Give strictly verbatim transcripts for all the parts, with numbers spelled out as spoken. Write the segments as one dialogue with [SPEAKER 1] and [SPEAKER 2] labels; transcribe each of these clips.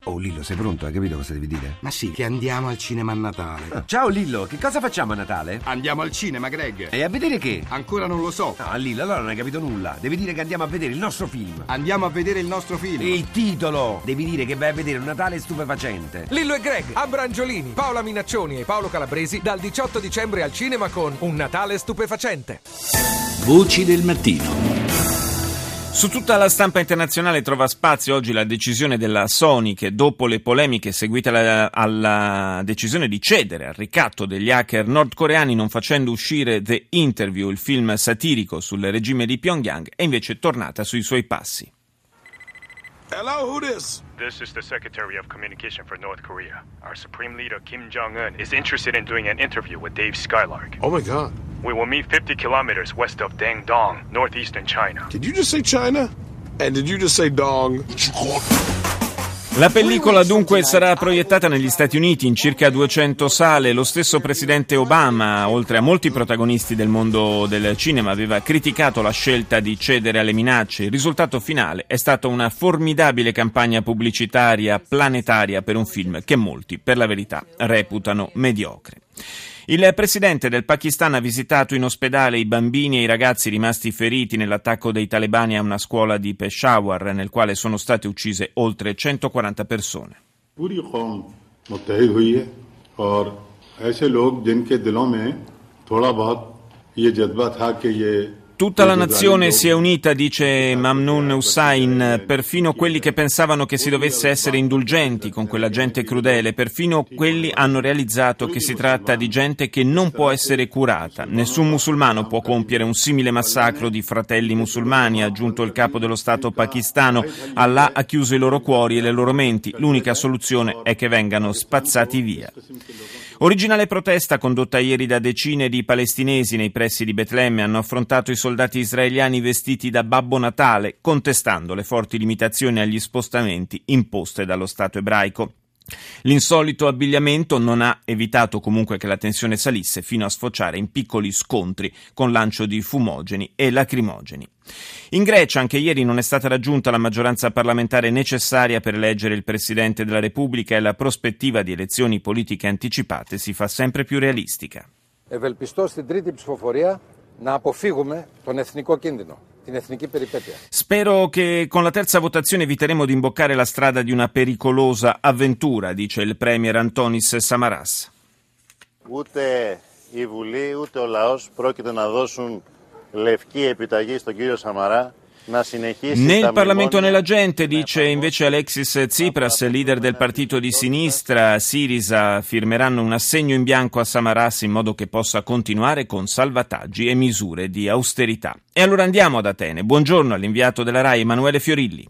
[SPEAKER 1] Oh Lillo, sei pronto? Hai capito cosa devi dire?
[SPEAKER 2] Ma sì, che andiamo al cinema a Natale.
[SPEAKER 1] Ah, ciao Lillo, che cosa facciamo a Natale?
[SPEAKER 2] Andiamo al cinema, Greg.
[SPEAKER 1] E a vedere che?
[SPEAKER 2] Ancora non lo so.
[SPEAKER 1] No, Lillo, allora non hai capito nulla. Devi dire che andiamo a vedere il nostro film.
[SPEAKER 2] Andiamo a vedere il nostro film.
[SPEAKER 1] Il titolo! Devi dire che vai a vedere un Natale stupefacente.
[SPEAKER 3] Lillo e Greg, Abrangiolini, Paola Minaccioni e Paolo Calabresi dal diciotto dicembre al cinema con Un Natale stupefacente.
[SPEAKER 4] Voci del mattino.
[SPEAKER 5] Su tutta la stampa internazionale trova spazio oggi la decisione della Sony che, dopo le polemiche seguite alla, alla decisione di cedere al ricatto degli hacker nordcoreani non facendo uscire The Interview, il film satirico sul regime di Pyongyang, è invece tornata sui suoi passi.
[SPEAKER 6] Hello, who this?
[SPEAKER 7] This is the Secretary of Communication for North Korea. Our Supreme Leader Kim Jong-un is interested in doing an interview with Dave Skylark.
[SPEAKER 6] Oh my God.
[SPEAKER 7] We will meet fifty kilometers west of Dangdong, northeastern China.
[SPEAKER 6] Did you just say China? And did you just say dong?
[SPEAKER 5] La pellicola dunque sarà proiettata negli Stati Uniti in circa duecento sale. Lo stesso presidente Obama, oltre a molti protagonisti del mondo del cinema, aveva criticato la scelta di cedere alle minacce. Il risultato finale è stata una formidabile campagna pubblicitaria planetaria per un film che molti, per la verità, reputano mediocre. Il presidente del Pakistan ha visitato in ospedale i bambini e i ragazzi rimasti feriti nell'attacco dei talebani a una scuola di Peshawar, nel quale sono state uccise oltre centoquaranta persone.
[SPEAKER 8] पूरी कौम मुत्तहिद हुई है और ऐसे लोग जिनके दिलों में थोड़ा बहुत ये जज्बा था कि ये
[SPEAKER 5] Tutta la nazione si è unita, dice Mamnoon Hussain, perfino quelli che pensavano che si dovesse essere indulgenti con quella gente crudele, perfino quelli hanno realizzato che si tratta di gente che non può essere curata. Nessun musulmano può compiere un simile massacro di fratelli musulmani, ha aggiunto il capo dello Stato pakistano. Allah ha chiuso i loro cuori e le loro menti, l'unica soluzione è che vengano spazzati via. Originale protesta condotta ieri da decine di palestinesi nei pressi di Betlemme hanno affrontato i soldati israeliani vestiti da Babbo Natale, contestando le forti limitazioni agli spostamenti imposte dallo Stato ebraico. L'insolito abbigliamento non ha evitato comunque che la tensione salisse fino a sfociare in piccoli scontri con lancio di fumogeni e lacrimogeni. In Grecia anche ieri non è stata raggiunta la maggioranza parlamentare necessaria per eleggere il Presidente della Repubblica e la prospettiva di elezioni politiche anticipate si fa sempre più realistica.
[SPEAKER 9] Ευελπιστώ στην τρίτη ψηφοφορία να αποφύγουμε τον εθνικό κίνδυνο.
[SPEAKER 5] Spero che con la terza votazione eviteremo di imboccare la strada di una pericolosa avventura, dice il premier Antonis Samaras.
[SPEAKER 10] Ούτε η Βουλή ούτε ο λαός πρόκειται να δώσουν λευκή επιταγή στον κύριο Σαμαρά.
[SPEAKER 5] Né il Parlamento né la gente, dice invece Alexis Tsipras, leader del partito di sinistra Syriza, firmeranno un assegno in bianco a Samaras in modo che possa continuare con salvataggi e misure di austerità. E allora andiamo ad Atene. Buongiorno all'inviato della RAI Emanuele Fiorilli.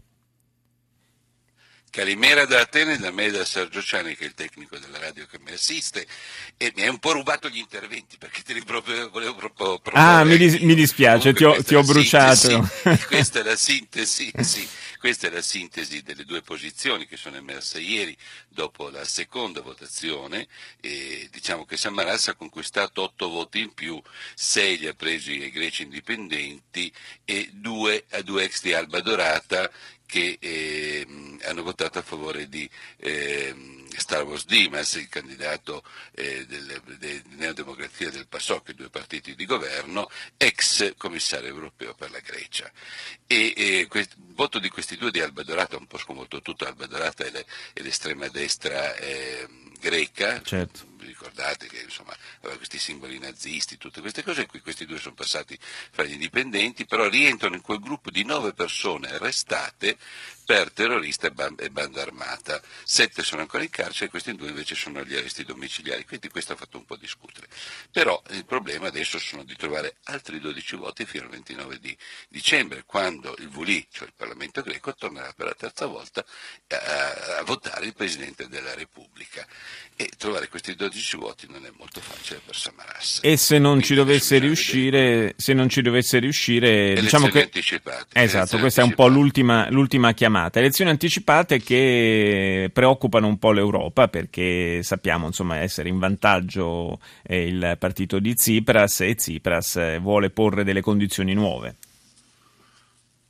[SPEAKER 11] Calimera da Atene, da me e da Sergio Ciani, che è il tecnico della radio che mi assiste, e mi hai un po' rubato gli interventi perché te li proprio, volevo proprio
[SPEAKER 5] Ah, mi, dis- mi dispiace, ti ho, ti ho bruciato.
[SPEAKER 11] Sintesi, questa è la sintesi, sì, questa è la sintesi delle due posizioni che sono emerse ieri dopo la seconda votazione. E diciamo che Samaras ha conquistato otto voti in più, sei li ha presi ai greci indipendenti e due a due ex di Alba Dorata che eh, hanno votato a favore di eh, Stavros Dimas, il candidato eh, del, del Neodemocrazia del PASOK, due partiti di governo, ex commissario europeo per la Grecia. E eh, quest, il voto di questi due di Alba Dorata, un po' sconvolto tutto, Alba Dorata è, le, è l'estrema destra eh, greca.
[SPEAKER 5] Certo.
[SPEAKER 11] Ricordate che insomma aveva questi simboli nazisti, tutte queste cose qui, questi due sono passati fra gli indipendenti, però rientrano in quel gruppo di nove persone arrestate per terrorista e banda armata. Sette sono ancora in carcere, questi due invece sono agli arresti domiciliari, quindi questo ha fatto un po' discutere. Però il problema adesso sono di trovare altri dodici voti fino al ventinove di dicembre, quando il Vuli, cioè il Parlamento greco, tornerà per la terza volta a, a votare il Presidente della Repubblica. E trovare questi dodici voti non è molto facile per Samaras.
[SPEAKER 5] E se non ci dovesse riuscire, se non ci dovesse riuscire, diciamo che
[SPEAKER 11] anticipate.
[SPEAKER 5] Esatto, questa è un po' l'ultima, l'ultima chiamata. Elezioni anticipate che preoccupano un po' l'Europa, perché sappiamo insomma essere in vantaggio eh, il partito di Tsipras, e Tsipras vuole porre delle condizioni nuove.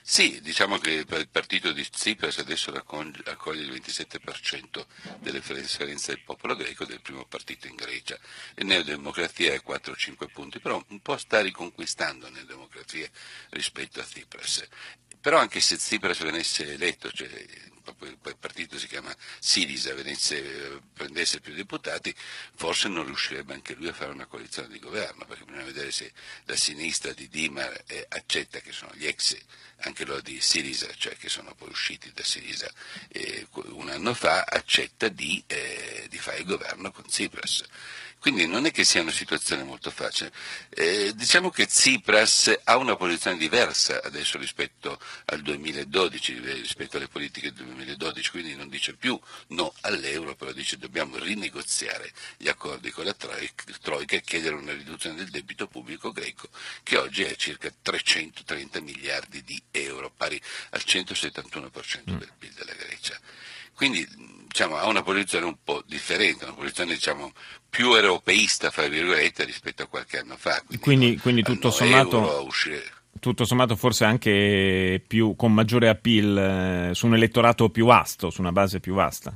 [SPEAKER 11] Sì, diciamo che il partito di Tsipras adesso raccoglie, accoglie il ventisette per cento delle preferenze del popolo greco, del primo partito in Grecia. E Neodemocrazia è quattro cinque punti, però un po' sta riconquistando Neodemocrazia rispetto a Tsipras. Però anche se Tsipras venisse eletto, cioè il partito si chiama Syriza, venisse, prendesse più deputati, forse non riuscirebbe anche lui a fare una coalizione di governo, perché bisogna vedere se la sinistra di Dimar eh, accetta, che sono gli ex, anche loro di Syriza, cioè che sono poi usciti da Syriza eh, un anno fa, accetta di, eh, di fare il governo con Tsipras. Quindi non è che sia una situazione molto facile. Eh, diciamo che Tsipras ha una posizione diversa adesso rispetto al duemiladodici, rispetto alle politiche del duemiladodici, quindi non dice più no all'euro, però dice dobbiamo rinegoziare gli accordi con la Troica e chiedere una riduzione del debito pubblico greco, che oggi è circa trecentotrenta miliardi di euro, pari al centosettantuno per cento del P I L della Grecia. Quindi diciamo, ha una posizione un po' differente, una posizione diciamo, più europeista, fra virgolette, rispetto a qualche anno fa. Quindi,
[SPEAKER 5] quindi,
[SPEAKER 11] no,
[SPEAKER 5] quindi tutto sommato,
[SPEAKER 11] uscire...
[SPEAKER 5] tutto sommato forse anche più, con maggiore appeal eh, su un elettorato più vasto, su una base più vasta.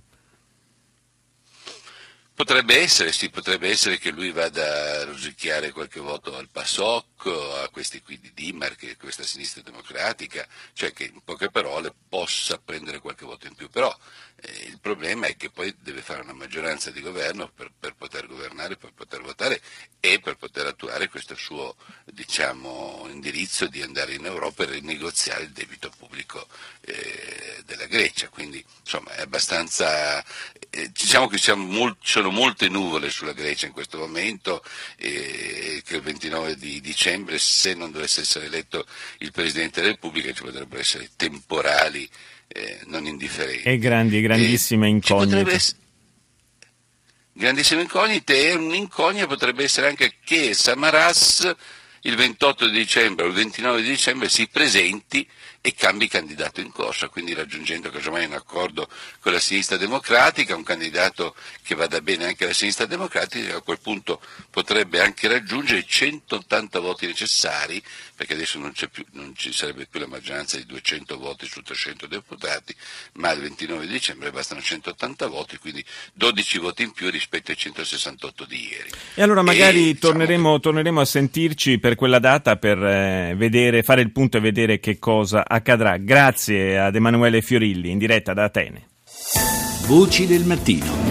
[SPEAKER 11] Potrebbe essere, sì, potrebbe essere che lui vada a rosicchiare qualche voto al PASOK, a questi qui di Dimar, che è questa sinistra democratica, cioè che in poche parole possa prendere qualche voto in più, però eh, il problema è che poi deve fare una maggioranza di governo per, per poter governare, per poter votare e per poter attuare questo suo, diciamo, indirizzo di andare in Europa e rinegoziare il debito pubblico eh, della Grecia, quindi insomma è abbastanza, eh, diciamo che siamo molto, sono molte nuvole sulla Grecia in questo momento e che il ventinove di dicembre, se non dovesse essere eletto il Presidente della Repubblica, ci potrebbero essere temporali eh, non indifferenti.
[SPEAKER 5] E grandi, grandissime
[SPEAKER 11] e
[SPEAKER 5] incognite.
[SPEAKER 11] Essere, grandissime incognite e un'incognita potrebbe essere anche che Samaras il ventotto di dicembre o il ventinove di dicembre si presenti e cambi candidato in corsa, quindi raggiungendo casomai un accordo con la sinistra democratica, un candidato che vada bene anche alla sinistra democratica, a quel punto potrebbe anche raggiungere i centottanta voti necessari, perché adesso non, c'è più, non ci sarebbe più la maggioranza di duecento voti su trecento deputati, ma il ventinove di dicembre bastano centottanta voti, quindi dodici voti in più rispetto ai centosessantotto di ieri.
[SPEAKER 5] E allora magari
[SPEAKER 11] e,
[SPEAKER 5] torneremo,
[SPEAKER 11] diciamo,
[SPEAKER 5] torneremo a sentirci per quella data per eh, vedere, fare il punto e vedere che cosa accadrà. Grazie ad Emanuele Fiorilli in diretta da Atene.
[SPEAKER 4] Voci del mattino.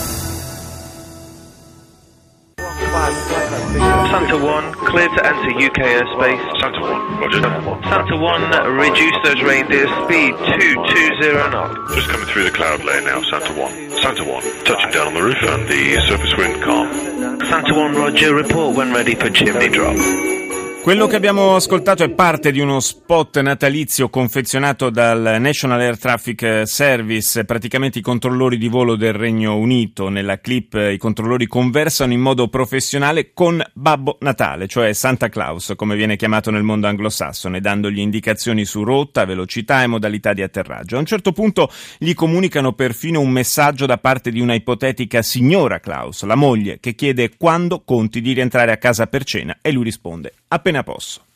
[SPEAKER 12] Santa one, clear to enter U K airspace. Santa one, roger. Santa one, reduce those reindeer, speed two two zero knots.
[SPEAKER 13] Just coming through the cloud layer now, Santa one. Santa one, touching down on the roof and the surface wind calm.
[SPEAKER 12] Santa one, roger, report when ready for chimney drop.
[SPEAKER 5] Quello che abbiamo ascoltato è parte di uno spot natalizio confezionato dal National Air Traffic Service, praticamente i controllori di volo del Regno Unito. Nella clip i controllori conversano in modo professionale con Babbo Natale, cioè Santa Claus, come viene chiamato nel mondo anglosassone, dandogli indicazioni su rotta, velocità e modalità di atterraggio. A un certo punto gli comunicano perfino un messaggio da parte di una ipotetica signora Claus, la moglie, che chiede quando conti di rientrare a casa per cena e lui risponde appena posso.